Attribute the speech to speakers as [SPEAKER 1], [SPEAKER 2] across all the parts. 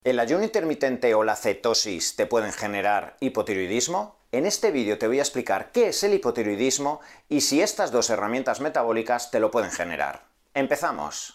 [SPEAKER 1] ¿El ayuno intermitente o la cetosis te pueden generar hipotiroidismo? En este vídeo te voy a explicar qué es el hipotiroidismo y si estas dos herramientas metabólicas te lo pueden generar. ¡Empezamos!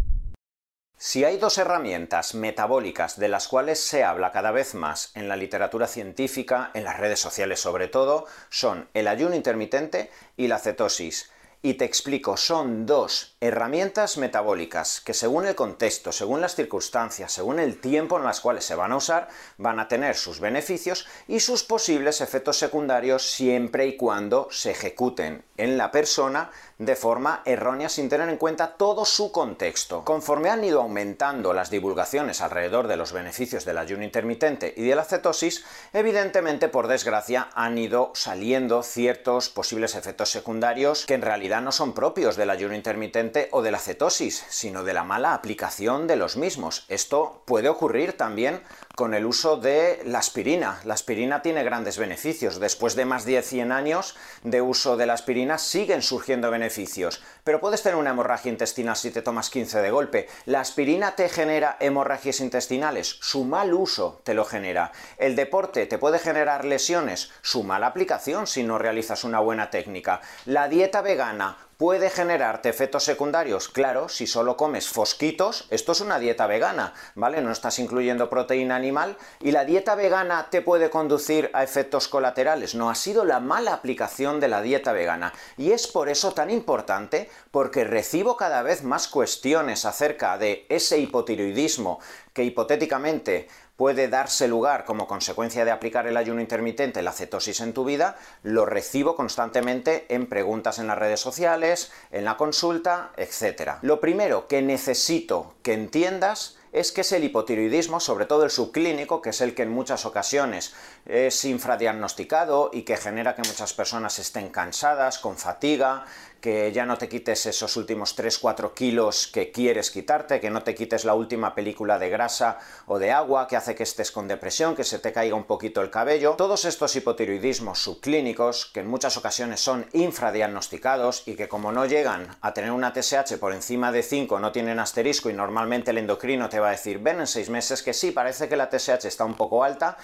[SPEAKER 1] Si hay dos herramientas metabólicas de las cuales se habla cada vez más en la literatura científica, en las redes sociales sobre todo, son el ayuno intermitente y la cetosis. Y te explico, son dos herramientas metabólicas que según el contexto, según las circunstancias, según el tiempo en las cuales se van a usar, van a tener sus beneficios y sus posibles efectos secundarios siempre y cuando se ejecuten en la persona de forma errónea sin tener en cuenta todo su contexto. Conforme han ido aumentando las divulgaciones alrededor de los beneficios del ayuno intermitente y de la cetosis, evidentemente, por desgracia, han ido saliendo ciertos posibles efectos secundarios que en realidad no son propios del ayuno intermitente o de la cetosis, sino de la mala aplicación de los mismos. Esto puede ocurrir también con el uso de la aspirina. La aspirina tiene grandes beneficios. Después de más de 100 años de uso de la aspirina siguen surgiendo beneficios. Pero puedes tener una hemorragia intestinal si te tomas 15 de golpe. ¿La aspirina te genera hemorragias intestinales? Su mal uso te lo genera. ¿El deporte te puede generar lesiones? Su mala aplicación si no realizas una buena técnica. ¿La dieta vegana puede generarte efectos secundarios? Claro, si solo comes fosquitos, esto es una dieta vegana, ¿vale? No estás incluyendo proteína animal. ¿Y la dieta vegana te puede conducir a efectos colaterales? No, ha sido la mala aplicación de la dieta vegana. Y es por eso tan importante, porque recibo cada vez más cuestiones acerca de ese hipotiroidismo que hipotéticamente puede darse lugar como consecuencia de aplicar el ayuno intermitente, la cetosis en tu vida. Lo recibo constantemente en preguntas en las redes sociales, en la consulta, etc. Lo primero que necesito que entiendas es que es el hipotiroidismo, sobre todo el subclínico, que es el que en muchas ocasiones es infradiagnosticado y que genera que muchas personas estén cansadas, con fatiga, que ya no te quites esos últimos 3-4 kilos que quieres quitarte, que no te quites la última película de grasa o de agua, que hace que estés con depresión, que se te caiga un poquito el cabello. Todos estos hipotiroidismos subclínicos, que en muchas ocasiones son infradiagnosticados y que como no llegan a tener una TSH por encima de 5, no tienen asterisco y normalmente el endocrino te va a decir, ven en 6 meses que sí, parece que la TSH está un poco alta,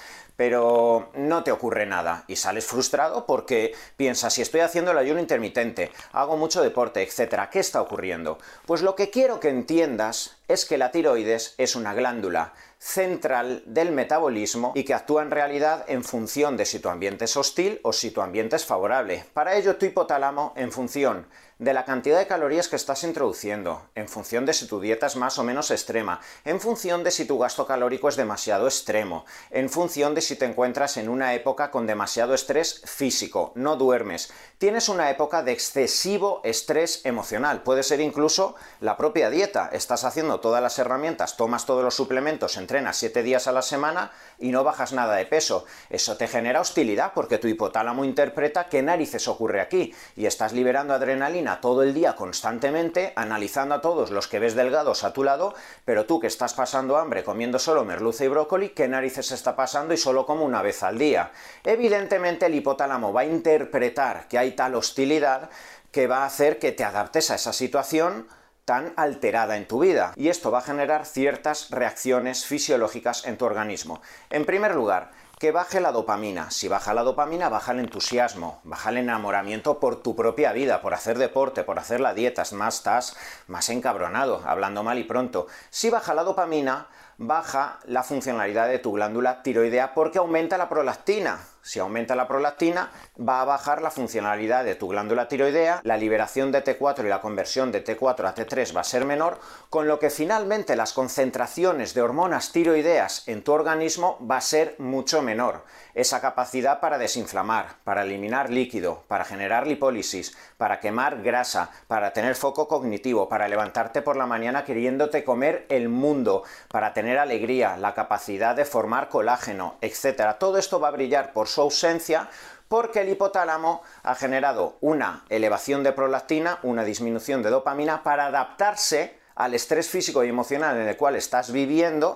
[SPEAKER 1] pero no te ocurre nada y sales frustrado porque piensas, si estoy haciendo el ayuno intermitente, hago mucho deporte, etcétera, ¿qué está ocurriendo? Pues lo que quiero que entiendas es que la tiroides es una glándula central del metabolismo y que actúa en realidad en función de si tu ambiente es hostil o si tu ambiente es favorable. Para ello, tu hipotálamo, en función de la cantidad de calorías que estás introduciendo, en función de si tu dieta es más o menos extrema, en función de si tu gasto calórico es demasiado extremo, en función de si te encuentras en una época con demasiado estrés físico, no duermes, tienes una época de excesivo estrés emocional, puede ser incluso la propia dieta, estás haciendo todas las herramientas, tomas todos los suplementos, entrenas 7 días a la semana y no bajas nada de peso. Eso te genera hostilidad porque tu hipotálamo interpreta qué narices ocurre aquí y estás liberando adrenalina todo el día constantemente, analizando a todos los que ves delgados a tu lado, pero tú que estás pasando hambre comiendo solo merluza y brócoli, ¿qué narices está pasando y solo como una vez al día? Evidentemente el hipotálamo va a interpretar que hay tal hostilidad que va a hacer que te adaptes a esa situación tan alterada en tu vida, y esto va a generar ciertas reacciones fisiológicas en tu organismo. En primer lugar, que baje la dopamina. Si baja la dopamina, baja el entusiasmo, baja el enamoramiento por tu propia vida, por hacer deporte, por hacer la dieta, estás más encabronado, hablando mal y pronto. Si baja la dopamina, baja la funcionalidad de tu glándula tiroidea porque aumenta la prolactina. Si aumenta la prolactina, va a bajar la funcionalidad de tu glándula tiroidea, la liberación de T4 y la conversión de T4 a T3 va a ser menor, con lo que finalmente las concentraciones de hormonas tiroideas en tu organismo va a ser mucho menor. Esa capacidad para desinflamar, para eliminar líquido, para generar lipólisis, para quemar grasa, para tener foco cognitivo, para levantarte por la mañana queriéndote comer el mundo, para tener alegría, la capacidad de formar colágeno, etc. Todo esto va a brillar por su ausencia porque el hipotálamo ha generado una elevación de prolactina, una disminución de dopamina para adaptarse al estrés físico y emocional en el cual estás viviendo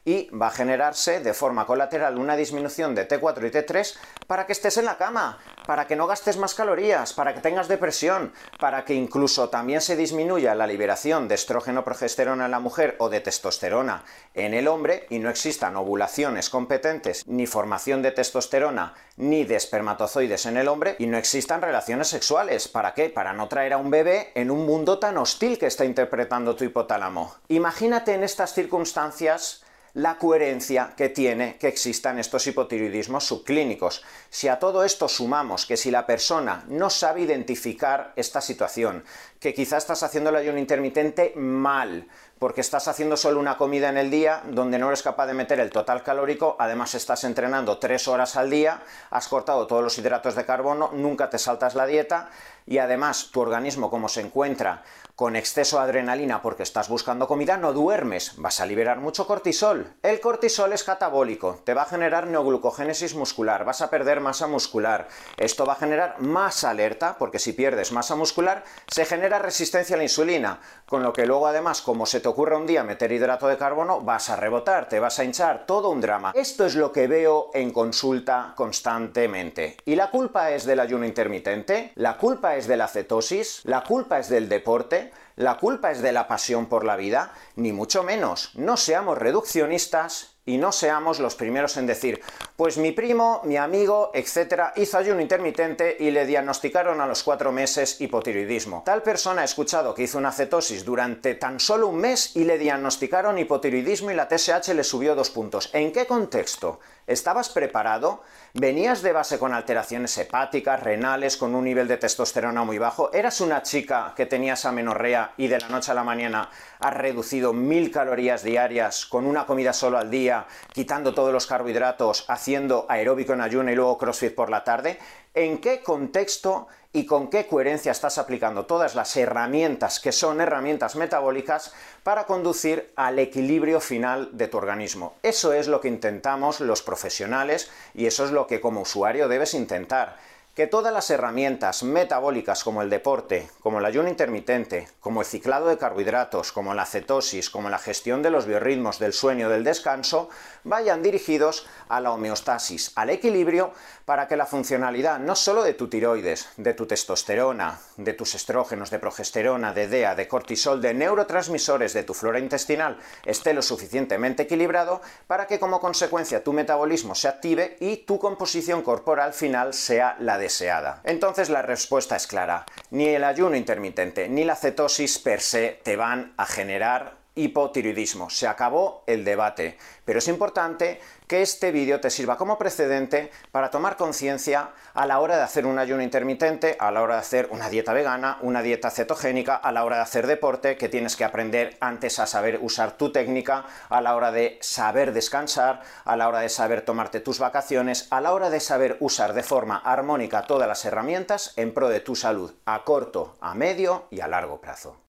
[SPEAKER 1] y va a generarse de forma colateral una disminución de T4 y T3 para que estés en la cama, para que no gastes más calorías, para que tengas depresión, para que incluso también se disminuya la liberación de estrógeno, progesterona en la mujer o de testosterona en el hombre y no existan ovulaciones competentes, ni formación de testosterona, ni de espermatozoides en el hombre y no existan relaciones sexuales. ¿Para qué? Para no traer a un bebé en un mundo tan hostil que está interpretando tu hipotálamo. Imagínate en estas circunstancias la coherencia que tiene que existan estos hipotiroidismos subclínicos. Si a todo esto sumamos que si la persona no sabe identificar esta situación, que quizá estás haciendo el ayuno intermitente mal, porque estás haciendo solo una comida en el día donde no eres capaz de meter el total calórico, además estás entrenando 3 horas al día, has cortado todos los hidratos de carbono, nunca te saltas la dieta y además tu organismo, como se encuentra con exceso de adrenalina porque estás buscando comida, no duermes, vas a liberar mucho cortisol. El cortisol es catabólico, te va a generar neoglucogénesis muscular, vas a perder masa muscular. Esto va a generar más alerta, porque si pierdes masa muscular, se genera resistencia a la insulina, con lo que luego además, como se te ocurra un día meter hidrato de carbono, vas a rebotar, te vas a hinchar, todo un drama. Esto es lo que veo en consulta constantemente. ¿Y la culpa es del ayuno intermitente? ¿La culpa es de la cetosis? ¿La culpa es del deporte? ¿La culpa es de la pasión por la vida? Ni mucho menos. No seamos reduccionistas y no seamos los primeros en decir, pues mi primo, mi amigo, etcétera, hizo ayuno intermitente y le diagnosticaron a los 4 meses hipotiroidismo. Tal persona ha escuchado que hizo una cetosis durante tan solo un mes y le diagnosticaron hipotiroidismo y la TSH le subió 2 puntos. ¿En qué contexto? ¿Estabas preparado? ¿Venías de base con alteraciones hepáticas, renales, con un nivel de testosterona muy bajo? ¿Eras una chica que tenías amenorrea y de la noche a la mañana has reducido 1000 calorías diarias con una comida solo al día, quitando todos los carbohidratos, haciendo aeróbico en ayuno y luego crossfit por la tarde? ¿En qué contexto y con qué coherencia estás aplicando todas las herramientas que son herramientas metabólicas para conducir al equilibrio final de tu organismo? Eso es lo que intentamos los profesionales y eso es lo que como usuario debes intentar. Que todas las herramientas metabólicas como el deporte, como el ayuno intermitente, como el ciclado de carbohidratos, como la cetosis, como la gestión de los biorritmos, del sueño, del descanso, vayan dirigidos a la homeostasis, al equilibrio, para que la funcionalidad no solo de tu tiroides, de tu testosterona, de tus estrógenos, de progesterona, de DEA, de cortisol, de neurotransmisores de tu flora intestinal esté lo suficientemente equilibrado para que como consecuencia tu metabolismo se active y tu composición corporal final sea la deseada. Entonces la respuesta es clara, ni el ayuno intermitente ni la cetosis per se te van a generar hipotiroidismo. Se acabó el debate, pero es importante que este vídeo te sirva como precedente para tomar conciencia a la hora de hacer un ayuno intermitente, a la hora de hacer una dieta vegana, una dieta cetogénica, a la hora de hacer deporte, que tienes que aprender antes a saber usar tu técnica, a la hora de saber descansar, a la hora de saber tomarte tus vacaciones, a la hora de saber usar de forma armónica todas las herramientas en pro de tu salud a corto, a medio y a largo plazo.